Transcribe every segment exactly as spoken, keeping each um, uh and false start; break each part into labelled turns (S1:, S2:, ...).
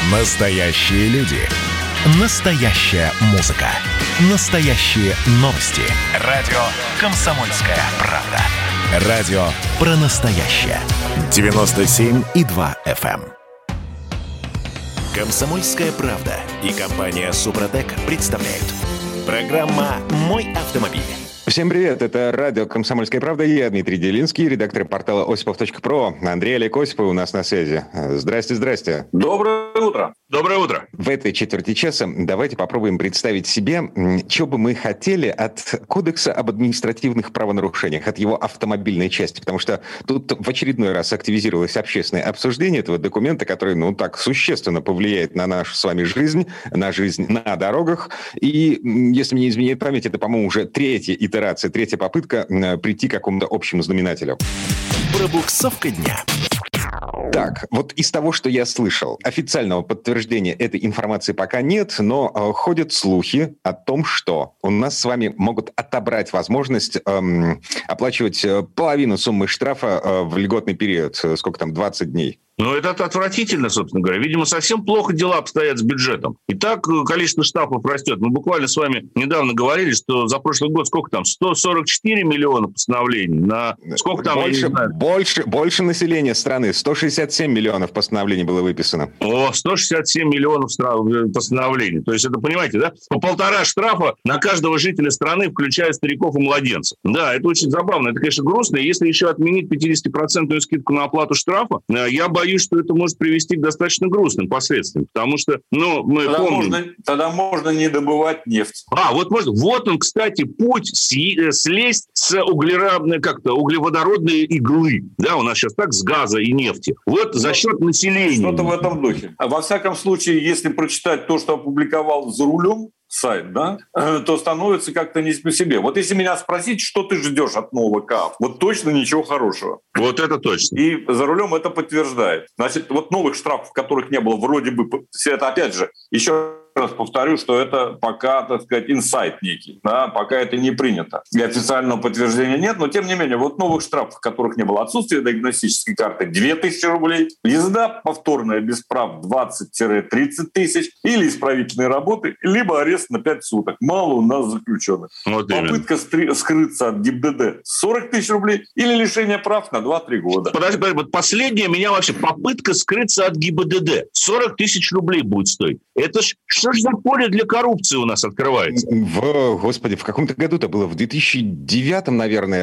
S1: Настоящие люди. Настоящая музыка. Настоящие новости. Радио «Комсомольская правда». Радио про настоящее. девяносто семь и два эф эм. «Комсомольская правда» и компания «Супротек» представляют. Программа «Мой автомобиль».
S2: Всем привет, это радио «Комсомольская правда». Я Дмитрий Делинский, редактор портала осипов точка про. Андрей Олег Осипов у нас на связи. Здрасте, здрасте.
S3: Доброе утро.
S4: Доброе утро.
S2: В этой четверти часа давайте попробуем представить себе, что бы мы хотели от Кодекса об административных правонарушениях, от его автомобильной части. Потому что тут в очередной раз активизировалось общественное обсуждение этого документа, который, ну, так существенно повлияет на нашу с вами жизнь, на жизнь на дорогах. И, если мне не изменяет память, это, по-моему, уже третья итерация, третья попытка прийти к какому-то общему знаменателю.
S1: Пробуксовка дня.
S2: Так, вот из того, что я слышал, официального подтверждения этой информации пока нет, но э, ходят слухи о том, что у нас с вами могут отобрать возможность эм, оплачивать половину суммы штрафа э, в льготный период, сколько там, двадцать дней.
S4: Ну, это отвратительно, собственно говоря. Видимо, совсем плохо дела обстоят с бюджетом. И так количество штрафов растет. Мы буквально с вами недавно говорили, что за прошлый год сколько там? сто сорок четыре миллиона постановлений. На сколько там?
S2: Больше, больше, больше населения страны. сто шестьдесят семь миллионов постановлений было выписано.
S4: О, сто шестьдесят семь миллионов постановлений. То есть это, понимаете, да? По полтора штрафа на каждого жителя страны, включая стариков и младенцев. Да, это очень забавно. Это, конечно, грустно. И если еще отменить пятидесятипроцентную скидку на оплату штрафа, я боюсь, что это может привести к достаточно грустным последствиям, потому что, ну, мы
S3: тогда
S4: помним...
S3: Можно, тогда можно не добывать нефть.
S4: А, вот можно. Вот он, кстати, путь слезть с углеродной, как-то, углеводородной иглы. Да, у нас сейчас так с газа и нефти. Вот за счет населения.
S3: Что-то в этом духе. Во всяком случае, если прочитать то, что опубликовал «За рулем» сайт, да, то становится как-то не по себе. Вот если меня спросить, что ты ждешь от нового КАФ, вот точно ничего хорошего.
S4: Вот это точно.
S3: И «За рулем» это подтверждает. Значит, вот новых штрафов, которых не было, вроде бы, все это, опять же, еще раз повторю, что это пока, так сказать, инсайт некий, да, пока это не принято. И официального подтверждения нет, но тем не менее, вот новых штрафов, которых не было, отсутствие диагностической карты две тысячи рублей, езда повторная без прав двадцать-тридцать тысяч, или исправительные работы, либо арест на пять суток. Мало у нас заключенных. Вот попытка стри- скрыться от ГИБДД сорок тысяч рублей или лишение прав на два-три года.
S4: Подожди, подожди, вот последняя меня вообще попытка скрыться от ГИБДД сорок тысяч рублей будет стоить. Это ж что ж за поле для коррупции у нас открывается?
S2: В, господи, в каком-то году это было, в две тысячи девятом, наверное,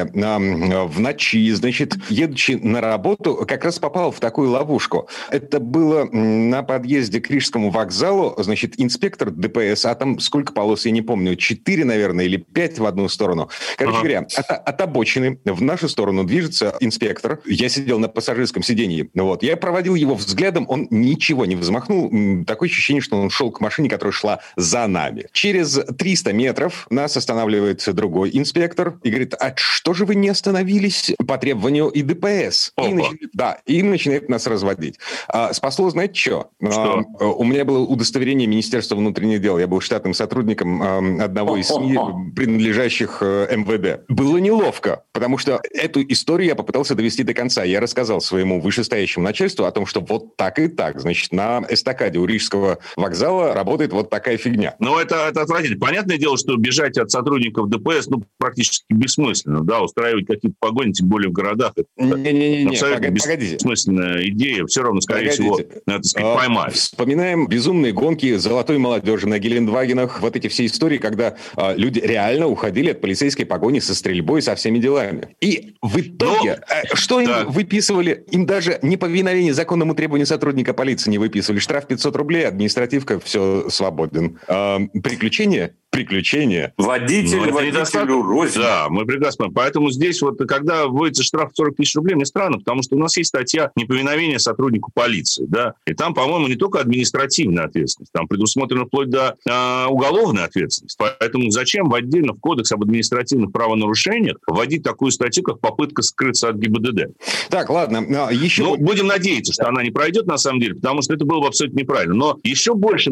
S2: в ночи, значит, едучи на работу, как раз попал в такую ловушку. Это было на подъезде к Рижскому вокзалу, значит, инспектор ДПС, а там сколько полос, я не помню, четыре, наверное, или пять в одну сторону. Короче ага. говоря, от, от обочины в нашу сторону движется инспектор. Я сидел на пассажирском сиденье. Вот. Я проводил его взглядом, он ничего не взмахнул. Такое ощущение, что он шел к машине, которая шла за нами. Через триста метров нас останавливает другой инспектор и говорит: а что же вы не остановились по требованию и ДПС? И начинает, да, и начинает нас разводить. А, спасло, знаете, что?
S4: что?
S2: А, у меня было удостоверение Министерства внутренних дел. Я был штатным сотрудником а, одного из СМИ, принадлежащих а, эм вэ дэ. Было неловко, потому что эту историю я попытался довести до конца. Я рассказал своему вышестоящему начальству о том, что вот так и так. Значит, на эстакаде у Рижского вокзала работает вот такая фигня.
S4: Ну, это, это отвратительно. Понятное дело, что бежать от сотрудников ДПС, ну, практически бессмысленно, да, устраивать какие-то погони, тем более в городах. Это
S2: Не-не-не,
S4: абсолютно
S2: погодите.
S4: бессмысленная идея. Все равно, скорее погодите. всего, так сказать,
S2: а,
S4: поймают.
S2: Вспоминаем безумные гонки золотой молодежи на Гелендвагенах. Вот эти все истории, когда а, люди реально уходили от полицейской погони со стрельбой, со всеми делами. И в итоге, Но... а, что им да. выписывали? Им даже неповиновение законному требованию сотрудника полиции не выписывали. Штраф пятьсот рублей, административка, все свободен. А, приключения? Приключения.
S3: Водитель, водителю рознь.
S4: Да, мы прекрасно понимаем. Поэтому здесь вот, когда вводится штраф сорок тысяч рублей, мне странно, потому что у нас есть статья неповиновения сотруднику полиции, да, и там, по-моему, не только административная ответственность, там предусмотрена вплоть до э, уголовной ответственности. Поэтому зачем в отдельно в Кодекс об административных правонарушениях вводить такую статью, как попытка скрыться от ГИБДД?
S2: Так, ладно, еще...
S4: Ну, будем надеяться, что она не пройдет, на самом деле, потому что это было бы абсолютно неправильно. Но еще больше меня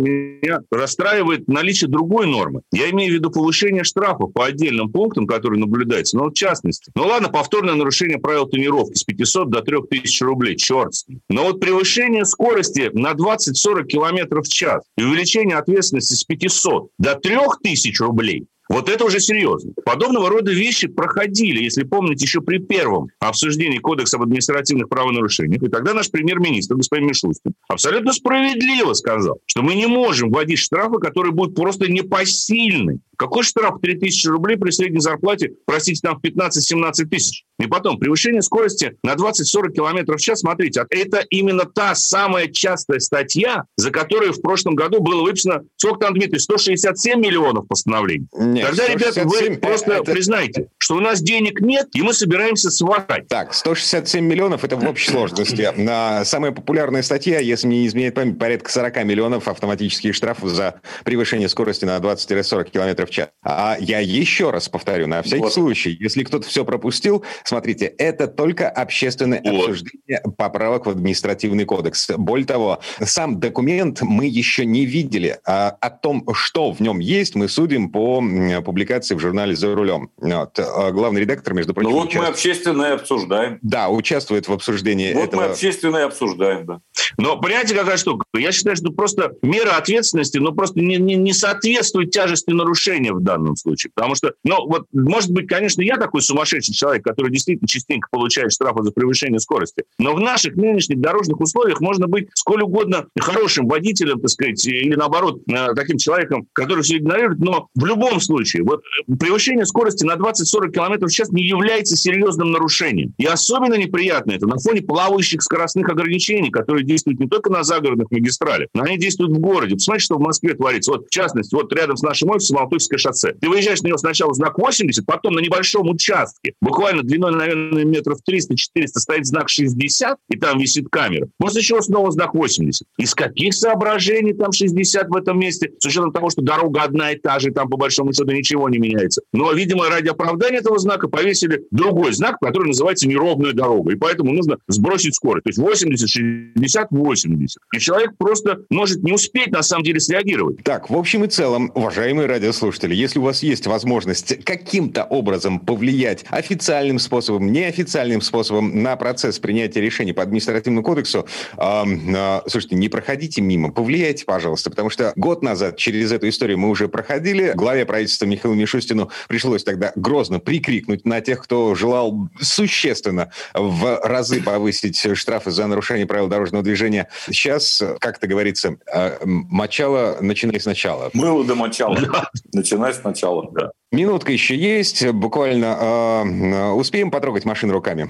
S4: меня расстраивает наличие другой нормы. Я имею в виду повышение штрафов по отдельным пунктам, которые наблюдаются. Но в частности, ну ладно, повторное нарушение правил тонировки с пятисот до трёх тысяч рублей, черт с ним. Но вот превышение скорости на двадцать-сорок километров в час и увеличение ответственности с пятисот до трёх тысяч рублей, вот это уже серьезно. Подобного рода вещи проходили, если помните, еще при первом обсуждении Кодекса об административных правонарушениях. И тогда наш премьер-министр, господин Мишустин, абсолютно справедливо сказал, что мы не можем вводить штрафы, которые будут просто непосильны. Какой штраф три тысячи рублей при средней зарплате, простите, там в пятнадцать-семнадцать тысяч? И потом, превышение скорости на двадцать-сорок километров в час, смотрите, это именно та самая частая статья, за которую в прошлом году было выписано, сколько там, Дмитрий, сто шестьдесят семь миллионов постановлений? Нет, тогда, ребята, вы просто это... признайте, что у нас денег нет, и мы собираемся сватать.
S2: Так, сто шестьдесят семь миллионов – это в общей сложности. Самая популярная статья, если мне не изменяет память, порядка сорок миллионов автоматических штрафов за превышение скорости на двадцать-сорок километров в час. А я еще раз повторю, на всякий вот. случай, если кто-то все пропустил, смотрите, это только общественное вот. обсуждение поправок в административный кодекс. Более того, сам документ мы еще не видели. А о том, что в нем есть, мы судим по публикации в журнале «За рулем». Вот. Главный редактор, между прочим,
S3: Ну вот
S2: участвует...
S3: мы общественное обсуждаем.
S2: Да, участвует в обсуждении
S3: вот
S2: этого.
S3: Вот мы общественное обсуждаем, да.
S4: Но понимаете, какая штука? Я считаю, что просто мера ответственности, ну, просто не, не, не соответствует тяжести нарушения в данном случае. Потому что, ну, вот, может быть, конечно, я такой сумасшедший человек, который действительно частенько получает штрафы за превышение скорости. Но в наших нынешних дорожных условиях можно быть сколь угодно хорошим водителем, так сказать, или, наоборот, таким человеком, который все игнорирует. Но в любом случае, вот, превышение скорости на двадцать-сорок километров в час не является серьезным нарушением. И особенно неприятно это на фоне плавающих скоростных ограничений, которые действуют не только на загородных магистралях, но они действуют в городе. Посмотрите, что в Москве творится. Вот, в частности, вот рядом с нашим офисом Алтуйское шоссе. Ты выезжаешь на него сначала знак восемьдесят, потом на небольшом участке, буквально длиной, наверное, метров триста-четыреста, стоит знак шестьдесят, и там висит камера. После чего снова знак восемьдесят. Из каких соображений там шестьдесят в этом месте? С учетом того, что дорога одна и та же, там по большому счету ничего не меняется. Но, видимо, ради оправдания этого знака повесили другой знак, который называется неровная дорога. И поэтому нужно сбросить скорость. То есть восемьдесят, шестьдесят, восемьдесят. И человек просто может не успеть, на самом деле, среагировать.
S2: Так, в общем и целом, уважаемые радиослушатели, если у вас есть возможность каким-то образом повлиять официальным способом, неофициальным способом на процесс принятия решений по административному кодексу, э, э, слушайте, не проходите мимо, повлияйте, пожалуйста, потому что год назад через эту историю мы уже проходили. Главе правительства Михаилу Мишустину пришлось тогда грозно прикрикнуть на тех, кто желал существенно в разы повысить штрафы за нарушение правил дорожного движения. Сейчас, как это говорится, э, мочало, начинай сначала.
S3: Мыло до мочала. Начинай сначала, да.
S2: Минутка еще есть. Буквально э, успеем потрогать машину руками.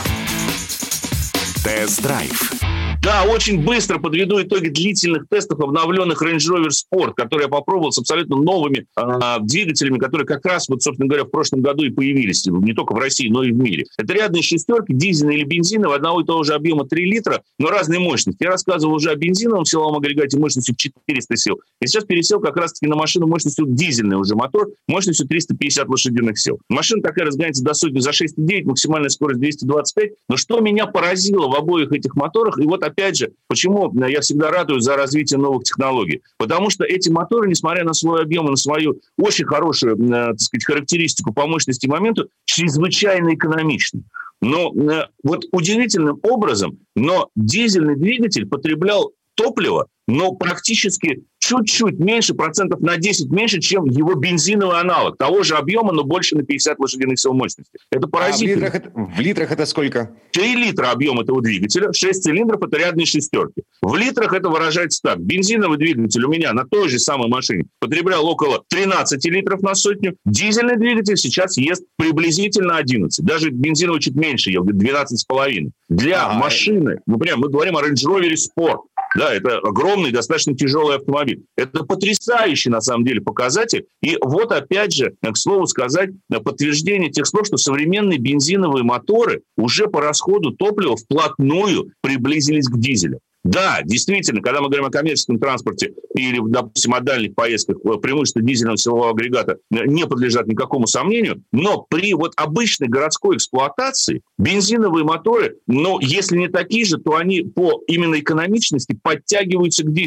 S1: Тест-драйв.
S4: Да, очень быстро подведу итоги длительных тестов обновленных Range Rover Sport, которые я попробовал с абсолютно новыми э, двигателями, которые как раз, вот, собственно говоря, в прошлом году и появились не только в России, но и в мире. Это рядные шестерки, дизельные или бензиновые, одного и того же объема три литра, но разной мощности. Я рассказывал уже о бензиновом силовом агрегате мощностью четыреста сил. И сейчас пересел как раз-таки на машину мощностью дизельный уже мотор, мощностью триста пятьдесят лошадиных сил. Машина такая разгоняется до сотни за шесть и девять, максимальная скорость двести двадцать пять. Но что меня поразило в обоих этих моторах, и вот опять же, почему я всегда радуюсь за развитие новых технологий? Потому что эти моторы, несмотря на свой объем и на свою очень хорошую, так сказать, характеристику по мощности и моменту, чрезвычайно экономичны. Но вот удивительным образом, но дизельный двигатель потреблял топливо, но практически чуть-чуть меньше, процентов на десять меньше, чем его бензиновый аналог. Того же объема, но больше на пятьдесят лошадиных сил мощности. Это поразительно.
S2: А в литрах это, в литрах это сколько?
S4: три литра объем этого двигателя, шесть цилиндров – это рядные шестерки. В литрах это выражается так. Бензиновый двигатель у меня на той же самой машине потреблял около тринадцать литров на сотню. Дизельный двигатель сейчас ест приблизительно одиннадцать. Даже бензиновый чуть меньше ел, двенадцать с половиной. Для а, машины, мы, прям, мы говорим о Range Rover Sport. Да, это огромный, достаточно тяжелый автомобиль. Это потрясающий, на самом деле, показатель. И вот, опять же, к слову сказать, подтверждение тех слов, что современные бензиновые моторы уже по расходу топлива вплотную приблизились к дизелю. Да, действительно, когда мы говорим о коммерческом транспорте или, допустим, о дальних поездках, преимущества дизельного силового агрегата не подлежат никакому сомнению, но при вот обычной городской эксплуатации бензиновые моторы, ну, если не такие же, то они по именно экономичности подтягиваются к дизельным.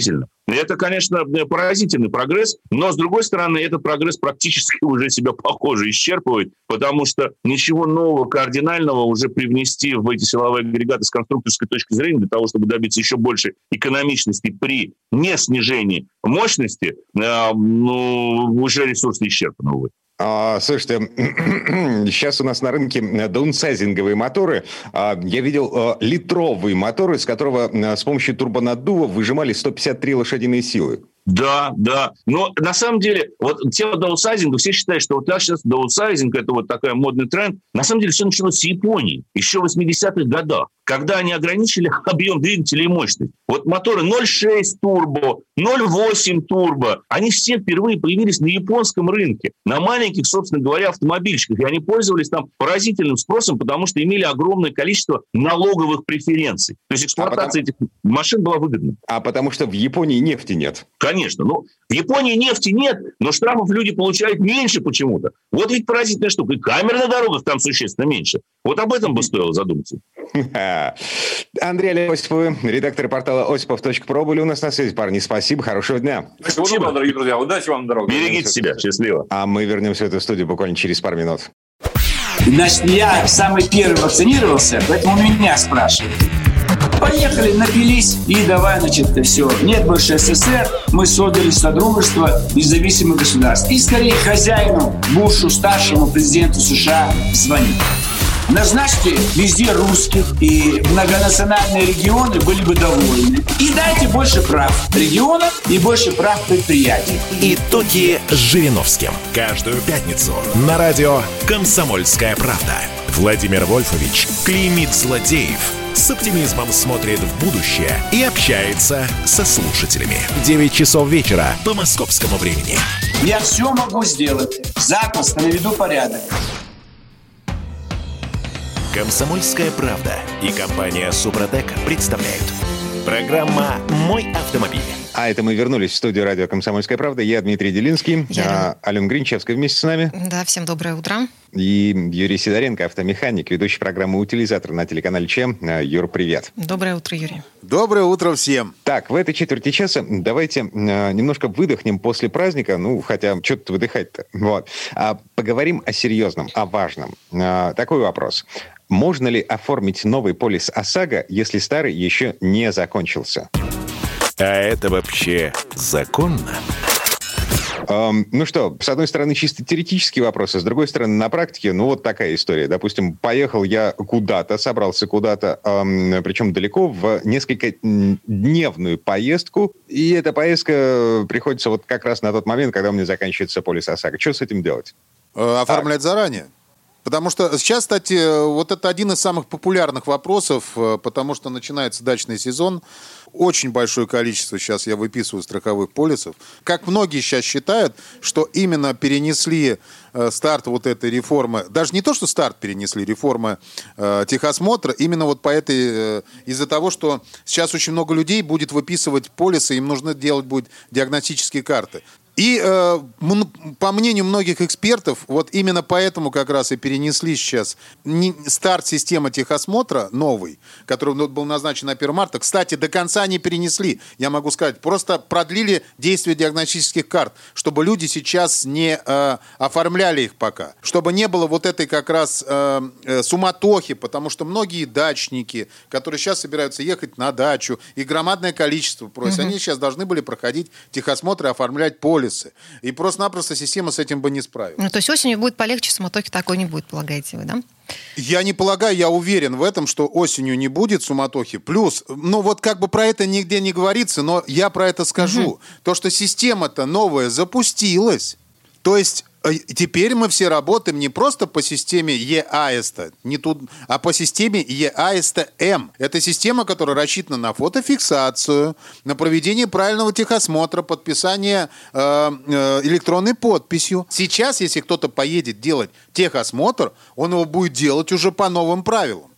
S4: Это, конечно, поразительный прогресс, но, с другой стороны, этот прогресс практически уже себя, похоже, исчерпывает, потому что ничего нового, кардинального уже привнести в эти силовые агрегаты с конструкторской точки зрения для того, чтобы добиться еще большей экономичности при не снижении мощности, ну, уже ресурсы исчерпаны, увы.
S2: А, слушайте, сейчас у нас на рынке даунсайзинговые моторы. А, я видел а, литровые моторы, из которого а, с помощью турбонаддува выжимали сто пятьдесят три лошадиные силы.
S4: Да, да. Но на самом деле, вот тема даунсайзинга, все считают, что вот сейчас даунсайзинг – это вот такой модный тренд. На самом деле все началось с Японии еще в восьмидесятых годах, когда они ограничили объем двигателя и мощность. Вот моторы ноль целых шесть турбо, ноль целых восемь турбо, они все впервые появились на японском рынке, на маленьких, собственно говоря, автомобильчиках. И они пользовались там поразительным спросом, потому что имели огромное количество налоговых преференций. То есть эксплуатация а потому... этих машин была выгодна.
S2: А потому что в Японии нефти нет.
S4: Конечно. Ну, в Японии нефти нет, но штрафов люди получают меньше почему-то. Вот ведь поразительная штука. И камер на дорогах там существенно меньше. Вот об этом бы стоило задуматься.
S2: Андрей Олег Осипов, редактор портала осипов точка про, были у нас на связи. Парни, спасибо, хорошего дня.
S3: Спасибо, дорогие друзья. Удачи вам на дорогах.
S4: Берегите себя. Счастливо.
S2: А мы вернемся в эту студию буквально через пару минут.
S5: Значит, я самый первый вакцинировался, поэтому меня спрашивают. Поехали, напились, и давай, значит, все. Нет больше СССР, мы создали Содружество независимых государств. И скорее хозяину, Бушу, старшему президенту США, звонить. Назначьте везде русских, и многонациональные регионы были бы довольны. И дайте больше прав регионам и больше прав предприятий.
S1: Итоги с Жириновским. Каждую пятницу на радио «Комсомольская правда». Владимир Вольфович клеймит злодеев, с оптимизмом смотрит в будущее и общается со слушателями. девять часов вечера по московскому времени.
S5: Я все могу сделать. Запросто наведу порядок.
S1: «Комсомольская правда» и компания «Супротек» представляют. Программа «Мой автомобиль».
S2: А это мы вернулись в студию радио «Комсомольская правда». Я Дмитрий Делинский, а, Алена Гринчевская вместе с нами.
S6: Да, всем доброе утро.
S2: И Юрий Сидоренко, автомеханик, ведущий программы «Утилизатор» на телеканале ЧЕМ. Юр, привет.
S6: Доброе утро, Юрий.
S7: Доброе утро всем.
S2: Так, в этой четверти часа давайте э, немножко выдохнем после праздника, ну, хотя что-то выдыхать-то. Вот. А, поговорим о серьезном, о важном. А, такой вопрос. Можно ли оформить новый полис ОСАГО, если старый еще не закончился?
S1: А это вообще законно?
S2: Эм, ну что, с одной стороны, чисто теоретические вопросы, с другой стороны, на практике, ну, вот такая история. Допустим, поехал я куда-то, собрался куда-то, эм, причем далеко, в несколько дневную поездку, и эта поездка приходится вот как раз на тот момент, когда у меня заканчивается полис ОСАГО. Что с этим делать?
S7: Оформлять а... заранее. Потому что сейчас, кстати, вот это один из самых популярных вопросов, потому что начинается дачный сезон. Очень большое количество сейчас я выписываю страховых полисов. Как многие сейчас считают, что именно перенесли старт вот этой реформы, даже не то, что старт перенесли, реформа э, техосмотра, именно вот по этой, э, из-за того, что сейчас очень много людей будет выписывать полисы, им нужно делать будет диагностические карты. И, э, по мнению многих экспертов, вот именно поэтому как раз и перенесли сейчас не, старт системы техосмотра новый, который был назначен на первое марта. Кстати, до конца не перенесли, я могу сказать. Просто продлили действие диагностических карт, чтобы люди сейчас не э, оформляли их пока. Чтобы не было вот этой как раз э, э, суматохи, потому что многие дачники, которые сейчас собираются ехать на дачу, и громадное количество просят, угу. они сейчас должны были проходить техосмотр и оформлять полис. И просто-напросто система с этим бы не справилась.
S6: Ну, то есть осенью будет полегче, суматохи такой не будет, полагаете вы, да?
S7: Я не полагаю, я уверен в этом, что осенью не будет суматохи. Плюс, ну вот как бы про это нигде не говорится, но я про это скажу. Угу. То, что система-то новая запустилась, то есть теперь мы все работаем не просто по системе ЕАЭСТа, не тут, а по системе ЕАЭСТа-М. Это система, которая рассчитана на фотофиксацию, на проведение правильного техосмотра, подписание э, э, электронной подписью. Сейчас, если кто-то поедет делать техосмотр, он его будет делать уже по новым правилам.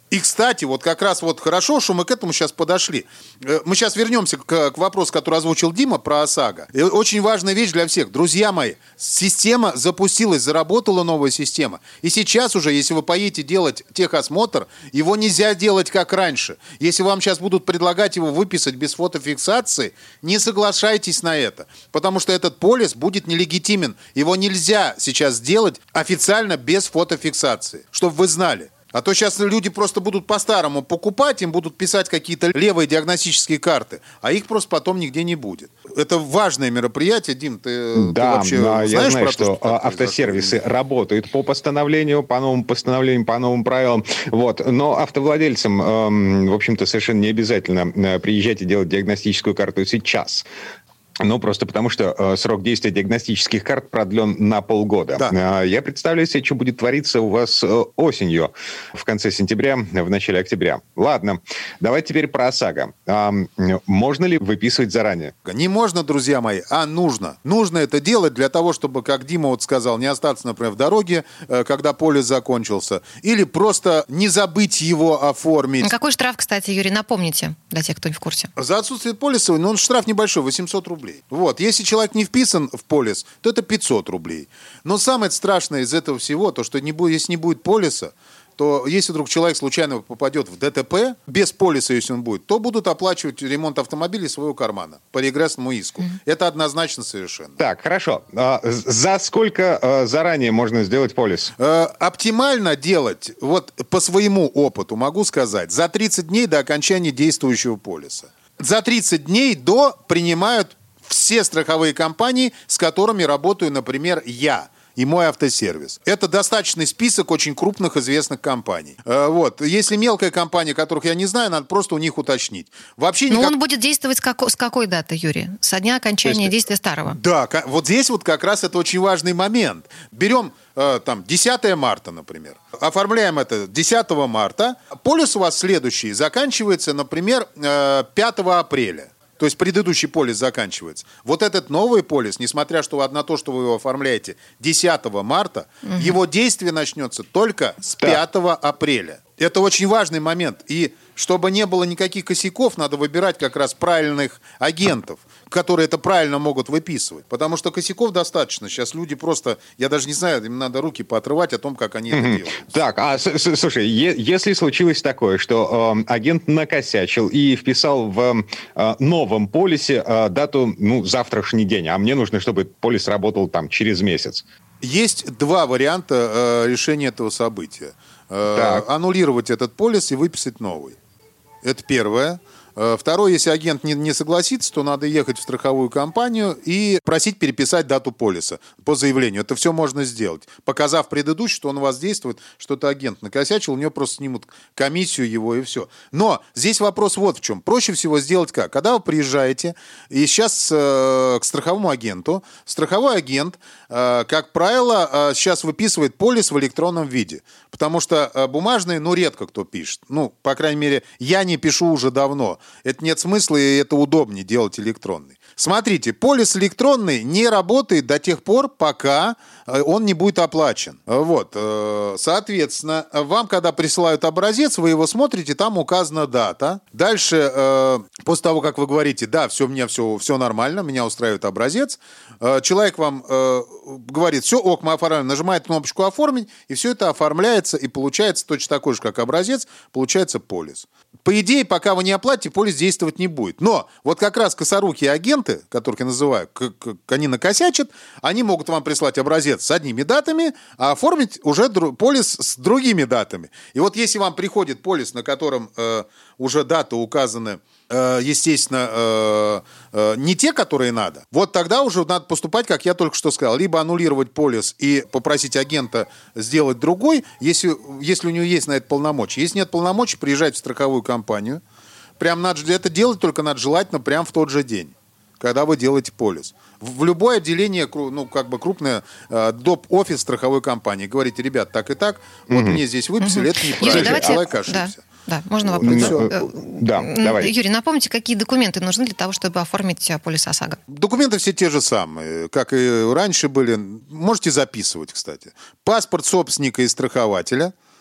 S7: И, кстати, вот как раз вот хорошо, что мы к этому сейчас подошли. Мы сейчас вернемся к, к вопросу, который озвучил Дима про ОСАГО. И очень важная вещь для всех. Друзья мои, система запустилась, заработала новая система. И сейчас уже, если вы поедете делать техосмотр, его нельзя делать как раньше. Если вам сейчас будут предлагать его выписать без фотофиксации, не соглашайтесь на это. Потому что этот полис будет нелегитимен. Его нельзя сейчас сделать официально без фотофиксации. Чтобы вы знали. А то сейчас люди просто будут по-старому покупать, им будут писать какие-то левые диагностические карты, а их просто потом нигде не будет. Это важное мероприятие, Дим, ты,
S2: да,
S7: ты вообще
S2: да,
S7: знаешь
S2: я знаю,
S7: про
S2: что,
S7: то, что
S2: автосервисы работают по постановлению, по новым постановлениям, по новым правилам. Вот. Но автовладельцам, эм, в общем-то, совершенно не обязательно э, приезжать и делать диагностическую карту сейчас. Ну, просто потому, что э, срок действия диагностических карт продлен на полгода.
S7: Да.
S2: Э, я представляю себе, что будет твориться у вас э, осенью, в конце сентября, в начале октября. Ладно, давайте теперь про ОСАГО. Э, можно ли выписывать заранее?
S7: Не можно, друзья мои, а нужно. Нужно это делать для того, чтобы, как Дима вот сказал, не остаться, например, в дороге, э, когда полис закончился, или просто не забыть его оформить.
S6: Какой штраф, кстати, Юрий, напомните, для тех, кто не в курсе.
S7: За отсутствие полиса, ну, он штраф небольшой, восемьсот рублей. Вот. Если человек не вписан в полис, то это пятьсот рублей. Но самое страшное из этого всего, то, что не будет, если не будет полиса, то если вдруг человек случайно попадет в ДТП, без полиса, если он будет, то будут оплачивать ремонт автомобиля из своего кармана по регрессному иску. Mm-hmm. Это однозначно совершенно.
S2: Так, хорошо. А за сколько а, заранее можно сделать полис?
S7: А, оптимально делать, вот по своему опыту могу сказать, за тридцать дней до окончания действующего полиса. За тридцать дней до принимают все страховые компании, с которыми работаю, например, я и мой автосервис. Это достаточный список очень крупных известных компаний. Э, вот. Если мелкая компания, которых я не знаю, надо просто у них уточнить. Вообще
S6: Но
S7: никак...
S6: он будет действовать с, како... с какой даты, Юрий? Со дня окончания есть... действия старого?
S7: Да, вот здесь вот как раз это очень важный момент. Берем э, там десятое марта, например. Оформляем это десятого марта. Полис у вас следующий заканчивается, например, э, пятого апреля. То есть предыдущий полис заканчивается. Вот этот новый полис, несмотря что на то, что вы его оформляете десятого марта, угу. его действие начнется только с пятого апреля. Это очень важный момент. И чтобы не было никаких косяков, надо выбирать как раз правильных агентов, которые это правильно могут выписывать. Потому что косяков достаточно. Сейчас люди просто, я даже не знаю, им надо руки поотрывать о том, как они это делают.
S2: Так, а слушай, если случилось такое, что э, агент накосячил и вписал в э, новом полисе э, дату, ну, завтрашний день, а мне нужно, чтобы полис работал там через месяц.
S7: Есть два варианта э, решения этого события. Э, аннулировать этот полис и выписать новый. Это первое. Второе, если агент не, не согласится, то надо ехать в страховую компанию и просить переписать дату полиса по заявлению. Это все можно сделать. Показав предыдущий, что он у вас действует, что-то агент накосячил, у него просто снимут комиссию его и все. Но здесь вопрос вот в чем. Проще всего сделать как? Когда вы приезжаете и сейчас э, к страховому агенту, страховой агент, э, как правило, э, сейчас выписывает полис в электронном виде. Потому что э, бумажные, ну, редко кто пишет. Ну, по крайней мере, я не пишу уже давно. Это нет смысла, и это удобнее делать электронный. Смотрите, полис электронный не работает до тех пор, пока он не будет оплачен. Вот. Соответственно, вам, когда присылают образец, вы его смотрите, там указана дата. Дальше, после того, как вы говорите, да, все, у меня все, все нормально, меня устраивает образец, человек вам говорит, все, ок, мы оформляем, нажимает кнопочку «Оформить», и все это оформляется, и получается точно такой же, как образец, получается полис. По идее, пока вы не оплатите, полис действовать не будет. Но вот как раз косорукие агенты, которых я называю, они накосячат, они могут вам прислать образец с одними датами, а оформить уже полис с другими датами. И вот если вам приходит полис, на котором э, уже даты указаны, э, естественно, э, э, не те, которые надо, вот тогда уже надо поступать, как я только что сказал, либо аннулировать полис и попросить агента сделать другой, если, если у него есть на это полномочия. Если нет полномочий, приезжать в страховую компанию. Прям надо это делать, только надо желательно прямо в тот же день, когда вы делаете полис. В любое отделение, ну, как бы крупное, э, доп-офис страховой компании. Говорите, ребят, так и так, вот mm-hmm. мне здесь выписали, mm-hmm. это неправильно,
S6: Юрий, давайте...
S7: человек ошибся.
S6: Да, да, можно вопрос?
S7: Ну,
S2: да, давай.
S6: Юрий, напомните, какие документы нужны для того, чтобы оформить полис ОСАГО?
S7: Документы все те же самые, как и раньше были. Можете записывать, кстати. Паспорт собственника и страхователя.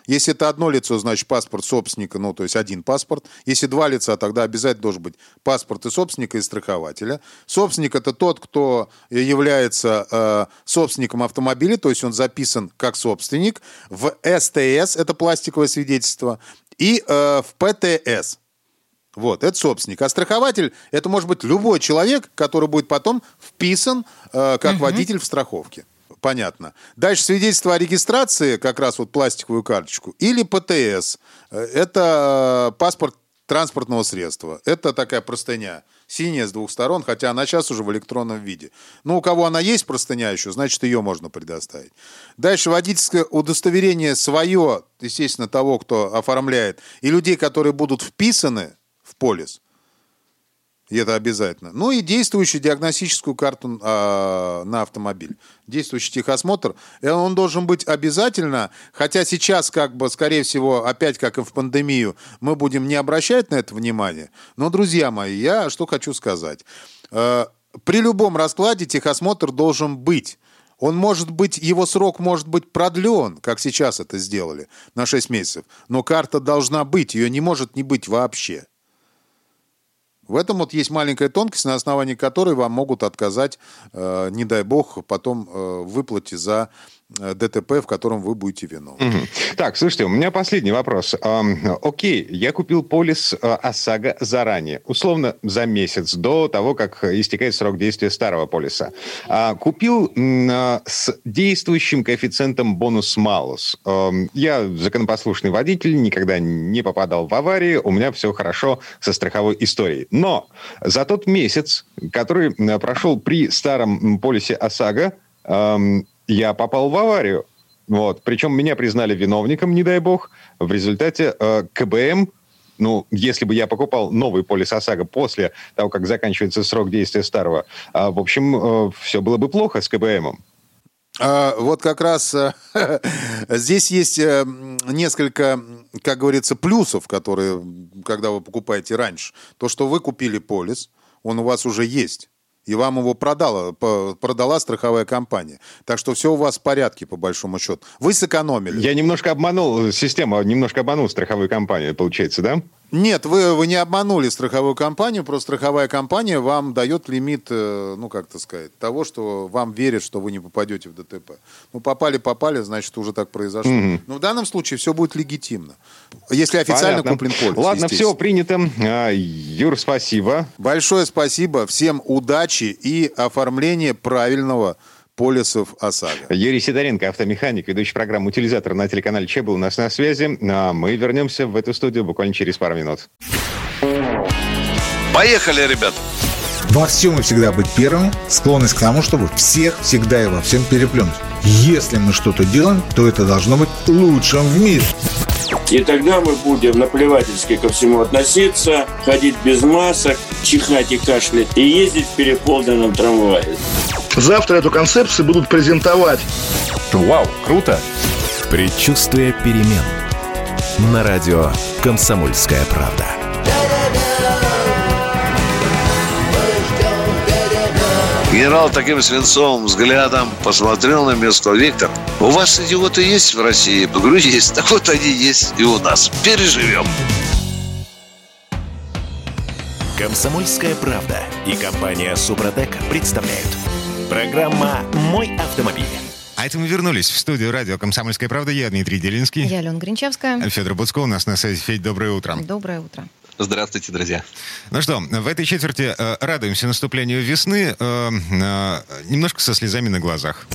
S7: Если это одно лицо, значит паспорт собственника, ну, то есть один паспорт. Если два лица, тогда обязательно должен быть паспорт и собственника, и страхователя. Собственник – это тот, кто является э, собственником автомобиля, то есть он записан как собственник в эс тэ эс, это пластиковое свидетельство, и э, в пэ тэ эс. Вот, это собственник. А страхователь – это может быть любой человек, который будет потом вписан э, как угу. водитель в страховке. Понятно. Дальше свидетельство о регистрации, как раз вот пластиковую карточку, или пэ тэ эс. Это паспорт транспортного средства. Это такая простыня, синяя с двух сторон, хотя она сейчас уже в электронном виде. Но у кого она есть, простыня еще, значит, ее можно предоставить. Дальше водительское удостоверение свое, естественно, того, кто оформляет, и людей, которые будут вписаны в полис. И это обязательно. Ну и действующую диагностическую карту э, на автомобиль. Действующий техосмотр. И он должен быть обязательно, хотя сейчас, как бы, скорее всего, опять как и в пандемию, мы будем не обращать на это внимание. Но, друзья мои, я что хочу сказать. Э, при любом раскладе техосмотр должен быть. Он может быть, его срок может быть продлен, как сейчас это сделали, на шесть месяцев. Но карта должна быть, ее не может не быть вообще. В этом вот есть маленькая тонкость, на основании которой вам могут отказать, э, не дай бог, потом э, в выплате за э, дэ тэ пэ, в котором вы будете виновны.
S2: Угу. Так, слушайте, у меня последний вопрос. Эм, окей, я купил полис э, ОСАГО заранее, условно за месяц до того, как истекает срок действия старого полиса. Э, купил э, с действующим коэффициентом бонус-малус. Э, я законопослушный водитель, никогда не попадал в аварии, у меня все хорошо со страховой историей. Но за тот месяц, который прошел при старом полисе ОСАГО, эм, я попал в аварию. Вот. Причем меня признали виновником, не дай бог. В результате э, ка бэ эм, ну, если бы я покупал новый полис ОСАГО после того, как заканчивается срок действия старого, э, в общем, э, все было бы плохо с ка бэ эмом.
S7: А, вот как раз здесь есть несколько, как говорится, плюсов, которые, когда вы покупаете раньше. То, что вы купили полис, он у вас уже есть. И вам его продала, продала страховая компания. Так что все у вас в порядке, по большому счету. Вы сэкономили.
S2: Я немножко обманул систему, немножко обманул страховую компанию, получается, да?
S7: Нет, вы, вы не обманули страховую компанию, просто страховая компания вам дает лимит, ну, как то сказать, того, что вам верят, что вы не попадете в дэ тэ пэ. Ну, попали-попали, значит, уже так произошло. Mm-hmm. Но в данном случае все будет легитимно, если официально Понятно. Куплен полис.
S2: Ладно, все принято. Юр, спасибо.
S7: Большое спасибо. Всем удачи и оформления правильного полисов ОСАГО.
S2: Юрий Сидоренко, автомеханик, ведущий программу «Утилизатор» на телеканале ЧЕ, был у нас на связи. А мы вернемся в эту студию буквально через пару минут.
S8: Поехали, ребят!
S9: Во всем и всегда быть первым, склонность к тому, чтобы всех, всегда и во всем переплюнуть. Если мы что-то делаем, то это должно быть лучшим в мире.
S10: И тогда мы будем наплевательски ко всему относиться, ходить без масок, чихать и кашлять и ездить в переполненном трамвае.
S11: Завтра эту концепцию будут презентовать.
S1: Вау, круто! Предчувствие перемен. На радио «Комсомольская правда».
S8: Генерал таким свинцовым взглядом посмотрел на место. Виктор, у вас идиоты есть в России? Я говорю, есть. Так вот они есть и у нас. Переживем.
S1: «Комсомольская правда» и компания «Супротек» представляют. Программа «Мой автомобиль».
S12: А это мы вернулись в студию радио «Комсомольская правда». Я Дмитрий Делинский.
S6: Я Алена Гринчевская.
S12: Федор Буцко у нас на связи. Федь, доброе утро.
S6: Доброе утро.
S13: Здравствуйте, друзья.
S12: Ну что, в этой четверти э, радуемся наступлению весны, э, э, немножко со слезами на глазах.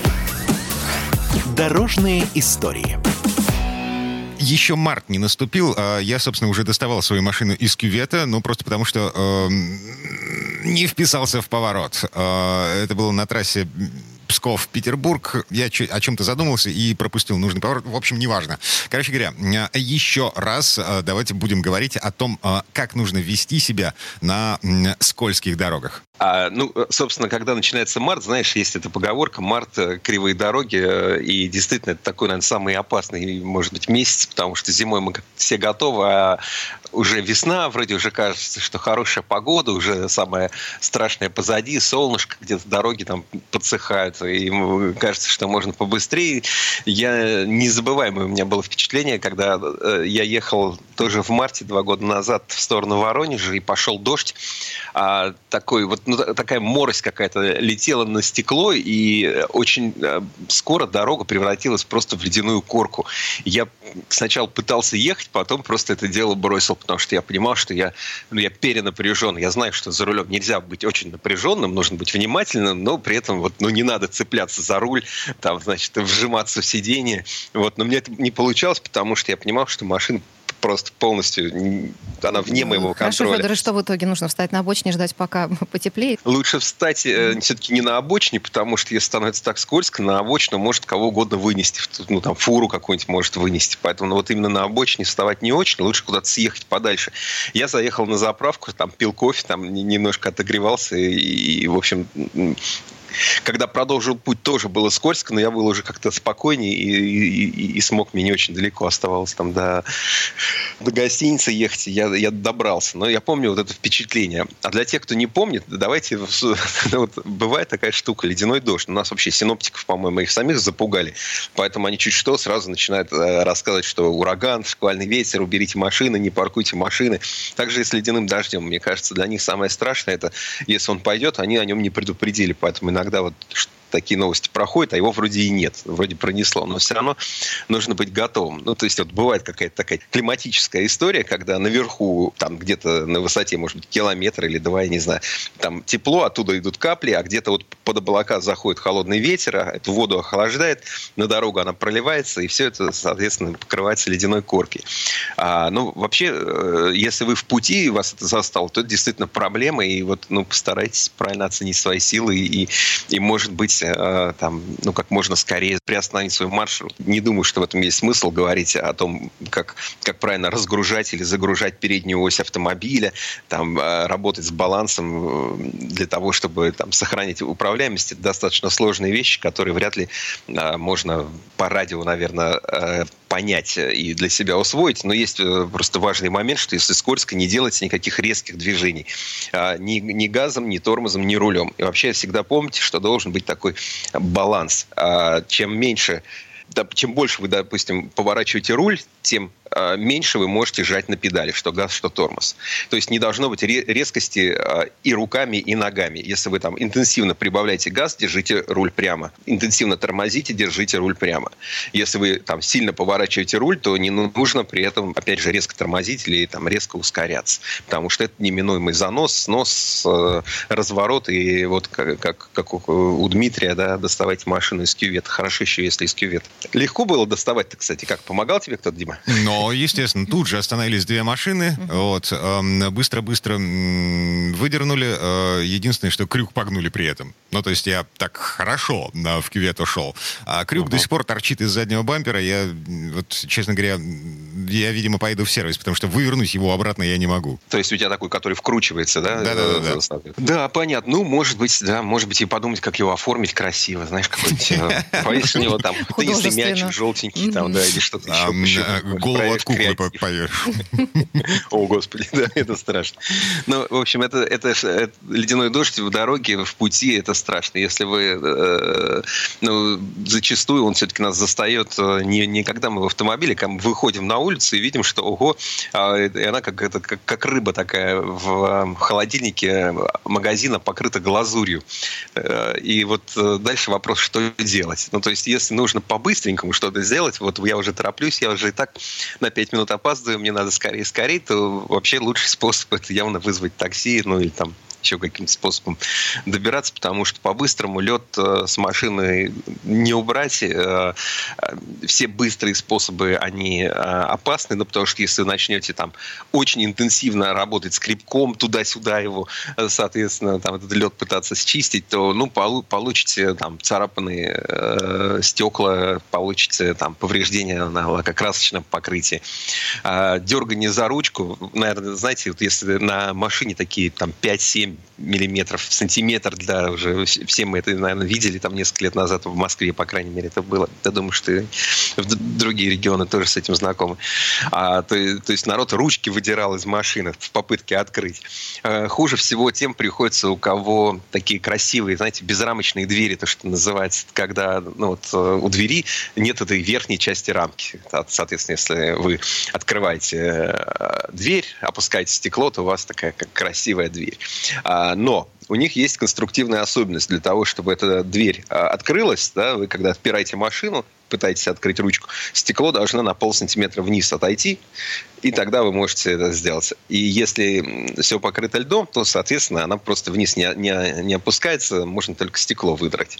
S1: Дорожные истории.
S12: Еще март не наступил, а я, собственно, уже доставал свою машину из кювета, ну, просто потому что э, не вписался в поворот. Э, это было на трассе Псков-Петербург. Я о чем-то задумался и пропустил нужный поворот. В общем, неважно. Короче говоря, еще раз давайте будем говорить о том, как нужно вести себя на скользких дорогах.
S13: А, ну, собственно, когда начинается март, знаешь, есть эта поговорка «март, кривые дороги», и действительно это такой, наверное, самый опасный, может быть, месяц, потому что зимой мы все готовы, а уже весна, вроде уже кажется, что хорошая погода, уже самое страшное позади, солнышко, где-то дороги там подсыхают, и кажется, что можно побыстрее. Я незабываемое у меня было впечатление, когда я ехал тоже в марте два года назад в сторону Воронежа, и пошел дождь, а такой вот ну, такая морось какая-то летела на стекло, и очень скоро дорога превратилась просто в ледяную корку. Я сначала пытался ехать, потом просто это дело бросил, потому что я понимал, что я, ну, я перенапряжен. Я знаю, что за рулем нельзя быть очень напряженным, нужно быть внимательным, но при этом вот, ну, не надо цепляться за руль, там, значит, вжиматься в сиденье. Вот. Но мне это не получалось, потому что я понимал, что машина просто полностью, она вне моего
S6: Хорошо,
S13: контроля.
S6: Федор, и что в итоге? Нужно встать на обочине, ждать, пока потеплеет?
S13: Лучше встать э, все-таки не на обочине, потому что если становится так скользко, на обочину может кого угодно вынести. Ну, там, фуру какую-нибудь может вынести. Поэтому ну, вот именно на обочине вставать не очень, лучше куда-то съехать подальше. Я заехал на заправку, там, пил кофе, там, немножко отогревался и, и в общем... Когда продолжил путь, тоже было скользко, но я был уже как-то спокойнее и, и, и смог, мне не очень далеко оставалось там до, до гостиницы ехать, я, я добрался. Но я помню вот это впечатление. А для тех, кто не помнит, давайте... Вот, бывает такая штука, ледяной дождь. У нас вообще синоптиков, по-моему, их самих запугали. Поэтому они чуть что сразу начинают рассказывать, что ураган, шквальный ветер, уберите машины, не паркуйте машины. Также и с ледяным дождем. Мне кажется, для них самое страшное, это если он пойдет, они о нем не предупредили. Поэтому иногда Когда вот такие новости проходят, а его вроде и нет, вроде пронесло, но все равно нужно быть готовым. Ну, то есть вот бывает какая-то такая климатическая история, когда наверху, там где-то на высоте, может быть, километр или два, я не знаю, там тепло, оттуда идут капли, а где-то вот под облака заходит холодный ветер, а эту воду охлаждает, на дорогу она проливается, и все это, соответственно, покрывается ледяной коркой. А, ну, вообще, если вы в пути, и вас это застало, то это действительно проблема, и вот, ну, постарайтесь правильно оценить свои силы, и, и может быть, там, ну, как можно скорее приостановить свой маршрут. Не думаю, что в этом есть смысл говорить о том, как, как правильно разгружать или загружать переднюю ось автомобиля, там, работать с балансом для того, чтобы там, сохранить управляемость. Это достаточно сложные вещи, которые вряд ли а, можно по радио, наверное, понять и для себя усвоить. Но есть просто важный момент, что если скользко, не делайте никаких резких движений. А, ни, ни газом, ни тормозом, ни рулем. И вообще всегда помните, что должен быть такой баланс. А, чем меньше, да, чем больше вы, допустим, поворачиваете руль, тем а, меньше вы можете жать на педали, что газ, что тормоз. То есть не должно быть резкости а, и руками, и ногами. Если вы там интенсивно прибавляете газ, держите руль прямо. Интенсивно тормозите, держите руль прямо. Если вы там сильно поворачиваете руль, то не нужно при этом, опять же, резко тормозить или там резко ускоряться. Потому что это неминуемый занос, снос, э, разворот. И вот как, как, как у Дмитрия, да, доставайте машину из кювета. Хорошо еще, если из кювета. Легко было доставать-то, кстати, как? Помогал тебе кто-то, Дима?
S12: Но, естественно, тут же остановились две машины. Вот, быстро-быстро выдернули. Единственное, что крюк погнули при этом. Ну, то есть я так хорошо в кювет ушел. А крюк uh-huh. до сих пор торчит из заднего бампера. Я, вот, честно говоря, я, видимо, пойду в сервис, потому что вывернуть его обратно я не могу.
S13: То есть у тебя такой, который вкручивается, да?
S12: Да-да-да.
S13: Да, понятно. Ну, может быть, да, может быть, и подумать, как его оформить красиво. Знаешь, какой-нибудь повесить на него там теннисный мячик желтенький, там, да, или что-то еще.
S12: Голову от куклы повешь.
S13: О, Господи, да, это страшно. Ну, в общем, это, это, это ледяной дождь в дороге, в пути, это страшно. Если вы, э, ну, зачастую он все-таки нас застает не, не когда мы в автомобиле, когда мы выходим на улицу и видим, что, ого, и она как, это, как, как рыба такая в холодильнике магазина покрыта глазурью. И вот дальше вопрос, что делать. Ну, то есть, если нужно по-быстренькому что-то сделать, вот я уже тороплюсь, я уже и так на пять минут опаздываю, мне надо скорее-скорее, то вообще лучший способ это явно вызвать такси, ну или там еще каким-то способом добираться, потому что по-быстрому лед э, с машины не убрать. Э, э, все быстрые способы, они э, опасны, ну, потому что если вы начнете там очень интенсивно работать с крепком, туда-сюда его, э, соответственно, там этот лед пытаться счистить, то, ну, полу- получите там царапанные э, стекла, получите там повреждения на лакокрасочном покрытии. Э, дергание за ручку, наверное, знаете, вот если на машине такие там пять-семь семь миллиметров, сантиметр, да, уже все мы это, наверное, видели там несколько лет назад в Москве, по крайней мере, это было. Я думаю, что и другие регионы тоже с этим знакомы. А, то, то есть народ ручки выдирал из машины в попытке открыть. А, хуже всего тем приходится, у кого такие красивые, знаете, безрамочные двери, то, что называется, когда ну, вот, у двери нет этой верхней части рамки. Соответственно, если вы открываете дверь, опускаете стекло, то у вас такая как красивая дверь. Но у них есть конструктивная особенность для того, чтобы эта дверь открылась. Да, вы когда отпираете машину, пытаетесь открыть ручку, стекло должно на полсантиметра вниз отойти, и тогда вы можете это сделать. И если все покрыто льдом, то, соответственно, она просто вниз не, не, не опускается, можно только стекло выдрать.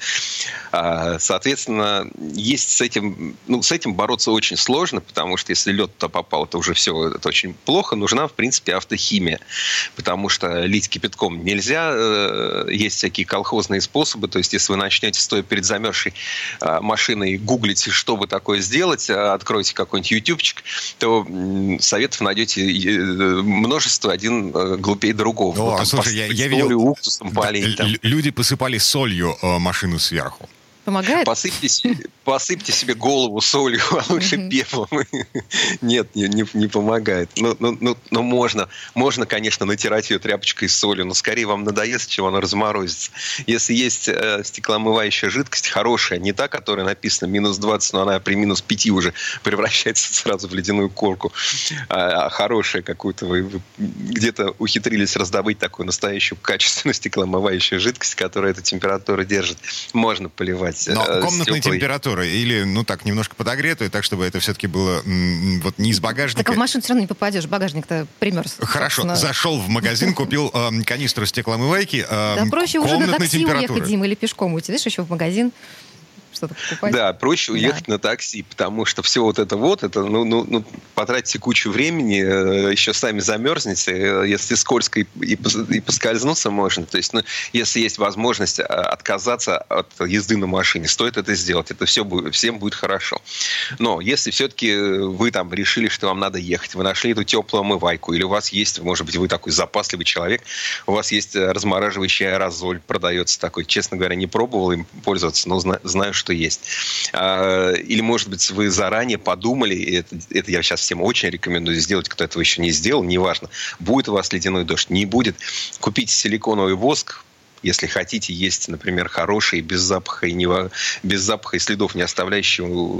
S13: Соответственно, есть с этим, ну, с этим бороться очень сложно, потому что если лед туда попал, то уже все это очень плохо. Нужна, в принципе, автохимия, потому что лить кипятком нельзя. Есть всякие колхозные способы, то есть если вы начнете, стоя перед замерзшей машиной, гуглить, что бы такое сделать, откройте какой-нибудь ютубчик, то советов найдете множество, один глупее другого.
S12: О,
S13: вот,
S12: слушай, я, я видел,
S13: уксусом полить, там.
S12: Люди посыпали солью машину сверху.
S6: Помогает?
S13: Посыпьте, посыпьте себе голову солью, а лучше mm-hmm. пеплом. Нет, не, не, не помогает. Ну, ну, ну, ну, можно, можно, конечно, натирать ее тряпочкой с солью, но скорее вам надоест, чем она разморозится. Если есть э, стеклоомывающая жидкость хорошая, не та, которая написана минус двадцать, но она при минус пяти уже превращается сразу в ледяную корку, а, а хорошая какую-то вы, вы где-то ухитрились раздобыть такую настоящую качественную стеклоомывающую жидкость, которая эту температуру держит, можно поливать.
S12: Но комнатной температуры или, ну так, немножко подогретую, так, чтобы это все-таки было м, вот не из багажника.
S6: Так в машину все равно не попадешь, багажник-то примерз.
S12: Хорошо,
S6: собственно.
S12: Зашел в магазин, купил э, канистру стеклоомывайки э,
S6: да проще уже на такси
S12: температуры.
S6: уехать, Дима, или пешком уйти, знаешь, еще в магазин. Что-то покупать.
S13: Да, проще уехать да. на такси, потому что все вот это вот, это, ну, ну, ну, потратите кучу времени, еще сами замерзнете, если скользко и, и, и поскользнуться можно. То есть, ну, если есть возможность отказаться от езды на машине, стоит это сделать, это все будет, всем будет хорошо. Но если все-таки вы там решили, что вам надо ехать, вы нашли эту теплую омывайку, или у вас есть, может быть, вы такой запасливый человек, у вас есть размораживающий аэрозоль, продается такой, честно говоря, не пробовал им пользоваться, но знаю, знаю что есть. Или, может быть, вы заранее подумали, это, это я сейчас всем очень рекомендую сделать, кто этого еще не сделал, неважно, будет у вас ледяной дождь, не будет, купите силиконовый воск, если хотите, есть, например, хороший, без запаха и, не, без запаха и следов не оставляющий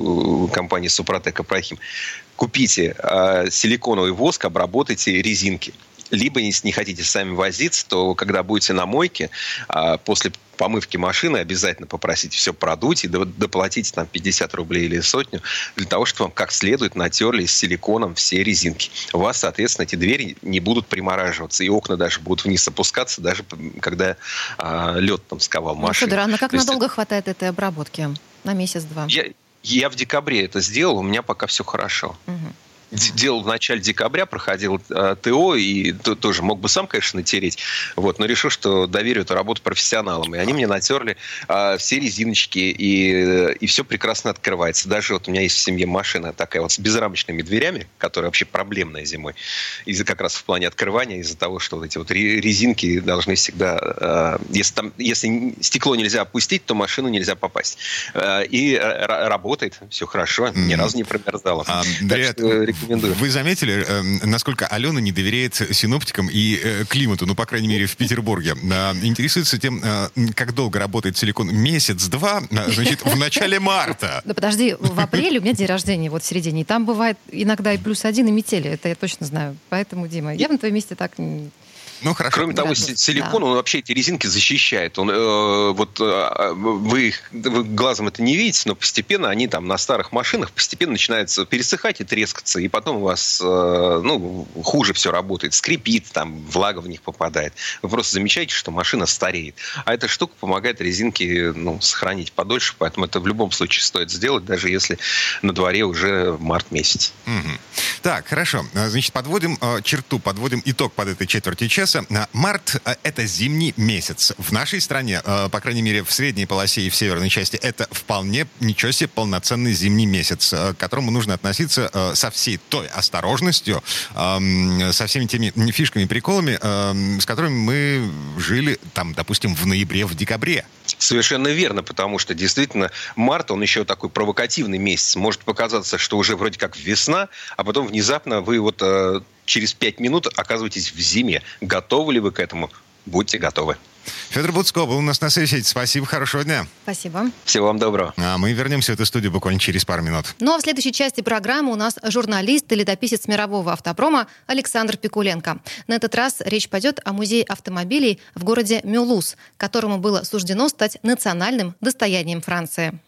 S13: у компании Супротек Апрахим. Купите э, силиконовый воск, обработайте резинки. Либо, если не хотите сами возиться, то когда будете на мойке, э, после помывки машины обязательно попросите все продуть и доплатите там пятьдесят рублей или сотню для того, чтобы вам как следует натерли с силиконом все резинки. У вас, соответственно, эти двери не будут примораживаться, и окна даже будут вниз опускаться, даже когда а, лед там сковал машину.
S6: Федор, а на как То надолго есть... хватает этой обработки? На месяц-два?
S13: Я, я в декабре это сделал, у меня пока все хорошо. Угу. Делал в начале декабря, проходил э, ТО, и то, тоже мог бы сам, конечно, натереть, вот, но решил, что доверю эту работу профессионалам. И они мне натерли э, все резиночки, и, и все прекрасно открывается. Даже вот у меня есть в семье машина такая вот с безрамочными дверями, которая вообще проблемная зимой, из-за как раз в плане открывания, из-за того, что вот эти вот резинки должны всегда... Э, если, там, если стекло нельзя опустить, то машину нельзя попасть. Э, и р- работает, все хорошо, ни разу не промерзало.
S12: Андрей, вы заметили, э, насколько Алена не доверяет синоптикам и э, климату, ну, по крайней мере, в Петербурге. Э, интересуется тем, э, как долго работает силикон. Месяц-два, э, значит, в начале марта.
S6: Да подожди, в апреле у меня день рождения, вот в середине, и там бывает иногда и плюс один, и метели, это я точно знаю. Поэтому, Дима, я бы на твоем месте так...
S12: Ну, хорошо.
S13: Кроме того, силикон, да. он вообще эти резинки защищает. Он, э, вот, э, вы, вы глазом это не видите, но постепенно они там на старых машинах постепенно начинают пересыхать и трескаться, и потом у вас э, ну, хуже все работает. Скрипит, там, влага в них попадает. Вы просто замечаете, что машина стареет. А эта штука помогает резинки ну, сохранить подольше, поэтому это в любом случае стоит сделать, даже если на дворе уже март месяц.
S12: Угу. Так, хорошо. Значит, подводим э, черту, подводим итог под этой четверти часа. интереса. Март — это зимний месяц. В нашей стране, по крайней мере, в средней полосе и в северной части, это вполне, ничего себе, полноценный зимний месяц, к которому нужно относиться со всей той осторожностью, со всеми теми фишками и приколами, с которыми мы жили, там, допустим, в ноябре, в декабре.
S13: Совершенно верно, потому что действительно март, он еще такой провокативный месяц. Может показаться, что уже вроде как весна, а потом внезапно вы вот э, через пять минут оказываетесь в зиме. Готовы ли вы к этому? Будьте готовы.
S12: Федор Буцко был у нас на связи. Спасибо, хорошего дня.
S6: Спасибо.
S13: Всего вам доброго.
S12: А мы вернемся в эту студию буквально через пару минут.
S6: Ну а в следующей части программы у нас журналист и летописец мирового автопрома Александр Пикуленко. На этот раз речь пойдет о музее автомобилей в городе Мюлуз, которому было суждено стать национальным достоянием Франции.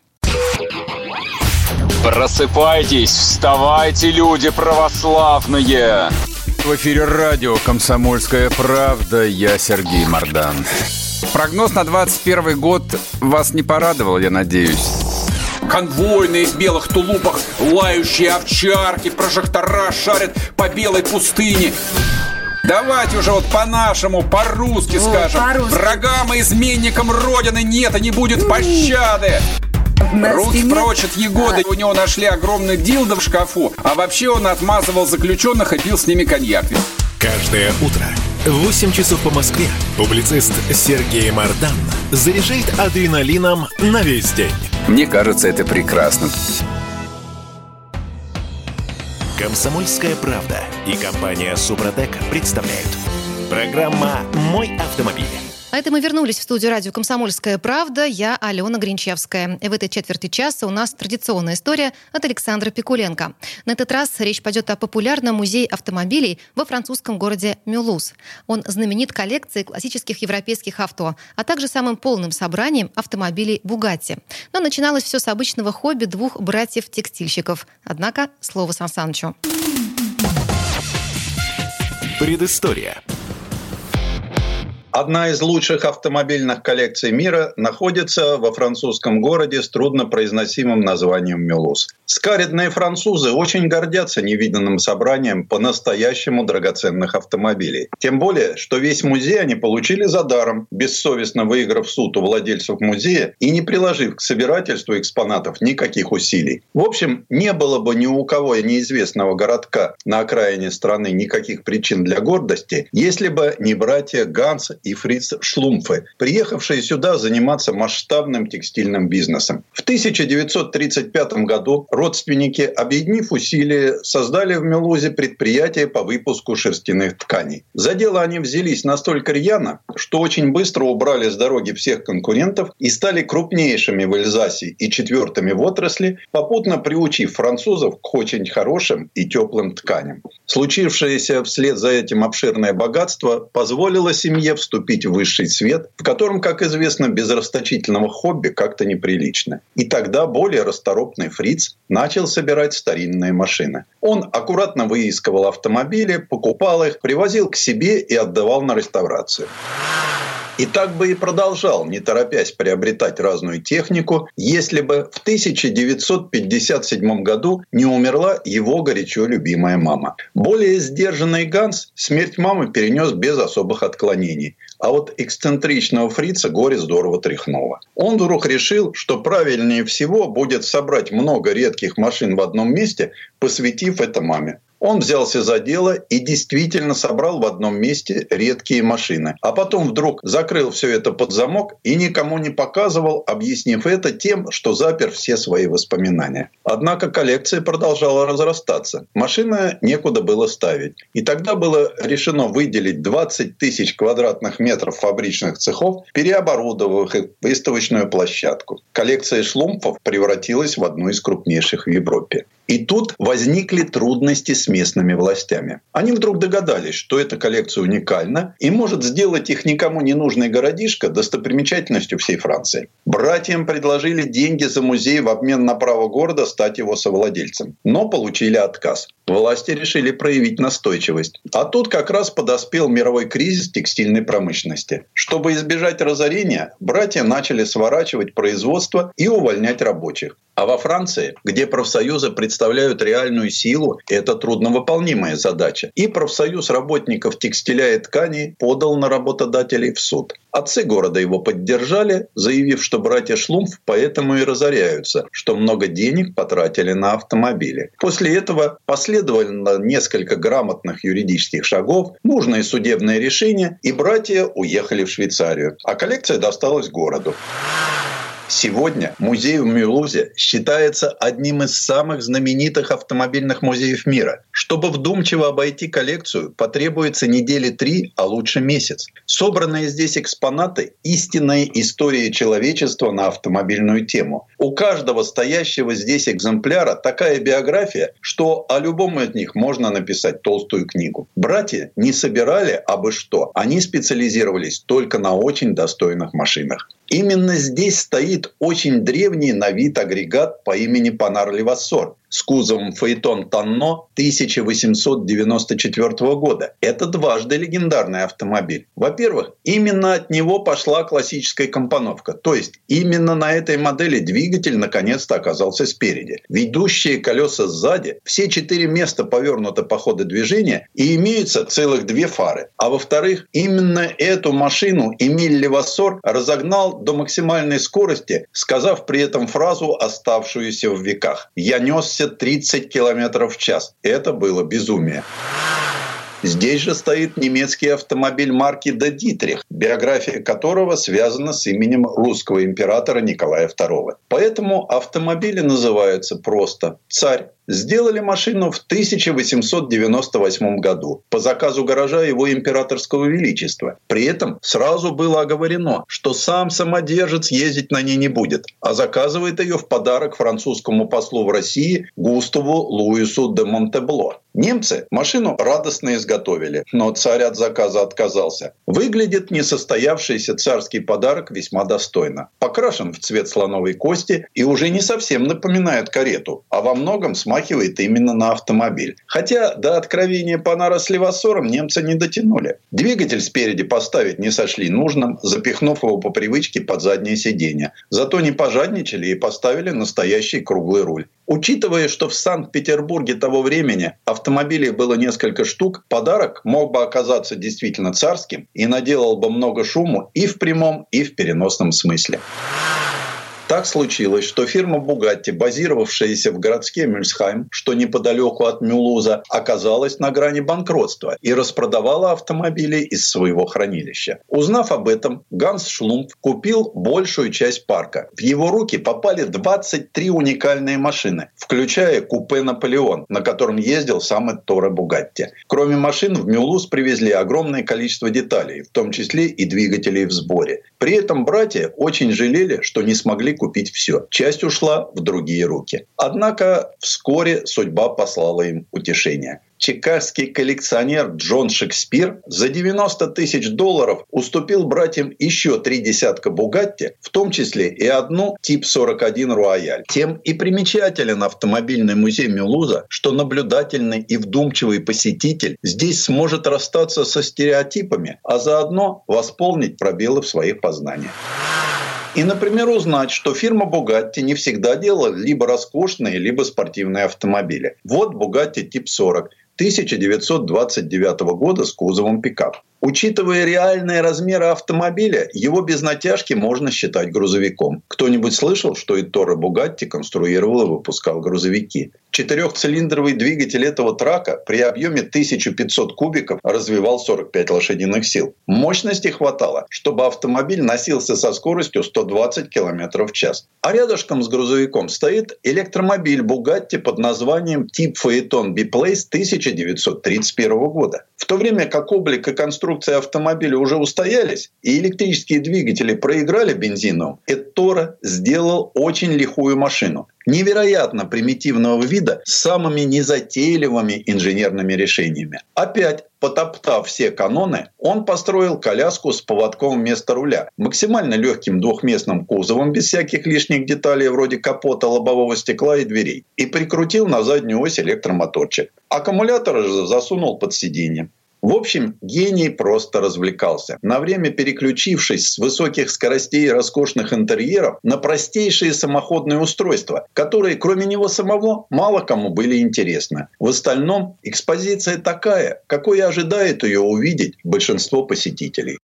S14: Просыпайтесь, вставайте, люди православные! В эфире радио «Комсомольская правда». Я Сергей Мордан. Прогноз на двадцать первый год вас не порадовал, я надеюсь. Конвойные в белых тулупах, лающие овчарки, прожектора шарят по белой пустыне. Давайте уже вот по-нашему, по-русски О, скажем. По-русски. Врагам и изменникам Родины нет и не будет пощады. Руки прочь от Егоды. У него нашли огромный дилдо в шкафу. А вообще он отмазывал заключенных и пил с ними коньяк.
S1: Каждое утро в восемь часов по Москве публицист Сергей Мордан заряжает адреналином на весь день.
S14: Мне кажется, это прекрасно.
S1: «Комсомольская правда» и компания «Супротек» представляют. Программа «Мой автомобиль».
S6: А это мы вернулись в студию радио «Комсомольская правда». Я Алена Гринчевская. И в этой четверти часа у нас традиционная история от Александра Пикуленко. На этот раз речь пойдет о популярном музее автомобилей во французском городе Мюлуз. Он знаменит коллекцией классических европейских авто, а также самым полным собранием автомобилей «Бугатти». Но начиналось все с обычного хобби двух братьев-текстильщиков. Однако слово Сан Санычу.
S1: Предыстория.
S15: Одна из лучших автомобильных коллекций мира находится во французском городе с труднопроизносимым названием Мюлуз. Скаридные французы очень гордятся невиданным собранием по-настоящему драгоценных автомобилей. Тем более, что весь музей они получили за даром, бессовестно выиграв суд у владельцев музея и не приложив к собирательству экспонатов никаких усилий. В общем, не было бы ни у кого неизвестного городка на окраине страны никаких причин для гордости, если бы не братья Ганс и Фриц Шлумфы, приехавшие сюда заниматься масштабным текстильным бизнесом. В тысяча девятьсот тридцать пятом году родственники, объединив усилия, создали в Мюлузе предприятие по выпуску шерстяных тканей. За дело они взялись настолько рьяно, что очень быстро убрали с дороги всех конкурентов и стали крупнейшими в Эльзасе и четвертыми в отрасли, попутно приучив французов к очень хорошим и теплым тканям. Случившееся вслед за этим обширное богатство позволило семье вступить в высший свет, в котором, как известно, без расточительного хобби как-то неприлично. И тогда более расторопный Фриц начал собирать старинные машины. Он аккуратно выискивал автомобили, покупал их, привозил к себе и отдавал на реставрацию. И так бы и продолжал, не торопясь приобретать разную технику, если бы в тысяча девятьсот пятьдесят седьмом году не умерла его горячо любимая мама. Более сдержанный Ганс смерть мамы перенес без особых отклонений. А вот эксцентричного Фрица горе здорово тряхнуло. Он вдруг решил, что правильнее всего будет собрать много редких машин в одном месте, посвятив это маме. Он взялся за дело и действительно собрал в одном месте редкие машины. А потом вдруг закрыл все это под замок и никому не показывал, объяснив это тем, что запер все свои воспоминания. Однако коллекция продолжала разрастаться. Машины некуда было ставить. И тогда было решено выделить двадцать тысяч квадратных метров фабричных цехов, переоборудовав их в выставочную площадку. Коллекция Шлумфов превратилась в одну из крупнейших в Европе. И тут возникли трудности с местными властями. Они вдруг догадались, что эта коллекция уникальна и может сделать их никому не нужный городишко достопримечательностью всей Франции. Братьям предложили деньги за музей в обмен на право города стать его совладельцем, но получили отказ. Власти решили проявить настойчивость. А тут как раз подоспел мировой кризис текстильной промышленности. Чтобы избежать разорения, братья начали сворачивать производство и увольнять рабочих. А во Франции, где профсоюзы представляют реальную силу, это трудновыполнимая задача. И профсоюз работников текстиля и тканей подал на работодателей в суд. Отцы города его поддержали, заявив, что братья Шлумф поэтому и разоряются, что много денег потратили на автомобили. После этого последовало несколько грамотных юридических шагов, нужное судебное решение, и братья уехали в Швейцарию. А коллекция досталась городу. Сегодня музей в Мюлузе считается одним из самых знаменитых автомобильных музеев мира. Чтобы вдумчиво обойти коллекцию, потребуется недели три, а лучше месяц. Собранные здесь экспонаты – истинная история человечества на автомобильную тему. У каждого стоящего здесь экземпляра такая биография, что о любом из них можно написать толстую книгу. Братья не собирали абы что, они специализировались только на очень достойных машинах. Именно здесь стоит очень древний на вид агрегат по имени Панар-Левассор с кузовом фаэтон Танно тысяча восемьсот девяносто четвёртого года. Это дважды легендарный автомобиль. Во-первых, именно от него пошла классическая компоновка. То есть именно на этой модели двигатель наконец-то оказался спереди. Ведущие колеса сзади, все четыре места повернуты по ходу движения и имеются целых две фары. А во-вторых, именно эту машину Эмиль Левассор разогнал до максимальной скорости, сказав при этом фразу, оставшуюся в веках: «Я несся тридцать километров в час». Это было безумие. Здесь же стоит немецкий автомобиль марки «Де Дитрих», биография которого связана с именем русского императора Николая второго. Поэтому автомобили называются просто «Царь». Сделали машину в тысяча восемьсот девяносто восьмом году по заказу гаража его императорского величества. При этом сразу было оговорено, что сам самодержец ездить на ней не будет, а заказывает ее в подарок французскому послу в России Густаву Луису де Монтебло. Немцы машину радостно изготовили, но царь от заказа отказался. Выглядит несостоявшийся царский подарок весьма достойно. Покрашен в цвет слоновой кости и уже не совсем напоминает карету, а во многом смахивает именно на автомобиль. Хотя до откровения Панара с Левассором немцы не дотянули. Двигатель спереди поставить не сочли нужным, запихнув его по привычке под заднее сиденье. Зато не пожадничали и поставили настоящий круглый руль. Учитывая, что в Санкт-Петербурге того времени автомобилей было несколько штук, подарок мог бы оказаться действительно царским и наделал бы много шуму и в прямом, и в переносном смысле. Так случилось, что фирма «Бугатти», базировавшаяся в городке Мюльсхайм, что неподалеку от Мюлуза, оказалась на грани банкротства и распродавала автомобили из своего хранилища. Узнав об этом, Ганс Шлумф купил большую часть парка. В его руки попали двадцать три уникальные машины, включая купе «Наполеон», на котором ездил сам Этторе Бугатти. Кроме машин в Мюлуз привезли огромное количество деталей, в том числе и двигателей в сборе. При этом братья очень жалели, что не смогли купить все. Часть ушла в другие руки. Однако вскоре судьба послала им утешение. Чикагский коллекционер Джон Шекспир за девяносто тысяч долларов уступил братьям еще три десятка «Бугатти», в том числе и одну тип сорок один «Рояль». Тем и примечателен автомобильный музей Мюлуза, что наблюдательный и вдумчивый посетитель здесь сможет расстаться со стереотипами, а заодно восполнить пробелы в своих познаниях. И, например, узнать, что фирма «Бугатти» не всегда делала либо роскошные, либо спортивные автомобили. Вот «Бугатти тип сорок» тысяча девятьсот двадцать девятого года с кузовом пикап. Учитывая реальные размеры автомобиля, его без натяжки можно считать грузовиком. Кто-нибудь слышал, что Этторе Бугатти конструировал и выпускал грузовики? Четырехцилиндровый двигатель этого трака при объеме тысяча пятьсот кубиков развивал сорок пять лошадиных сил. Мощности хватало, чтобы автомобиль носился со скоростью сто двадцать километров в час. А рядышком с грузовиком стоит электромобиль Бугатти под названием тип фаэтон Биплейс тысяча девятьсот тридцать первого года. В то время как облик и конструкция конструкции автомобиля уже устоялись, и электрические двигатели проиграли бензиновым, Ettore сделал очень лихую машину, невероятно примитивного вида, с самыми незатейливыми инженерными решениями. Опять, потоптав все каноны, он построил коляску с поводком вместо руля, максимально легким двухместным кузовом без всяких лишних деталей вроде капота, лобового стекла и дверей, и прикрутил на заднюю ось электромоторчик. Аккумулятор же засунул под сиденье. В общем, гений просто развлекался, на время переключившись с высоких скоростей и роскошных интерьеров на простейшие самоходные устройства, которые, кроме него самого, мало кому были интересны. В остальном экспозиция такая, какой и ожидает ее увидеть большинство посетителей.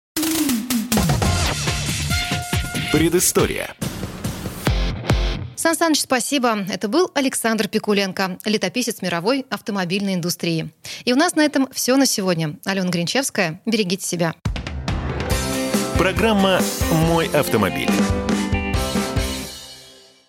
S1: Предыстория.
S6: Сан Саныч, спасибо. Это был Александр Пикуленко, летописец мировой автомобильной индустрии. И у нас на этом все на сегодня. Алена Гринчевская. Берегите себя.
S1: Программа «Мой автомобиль».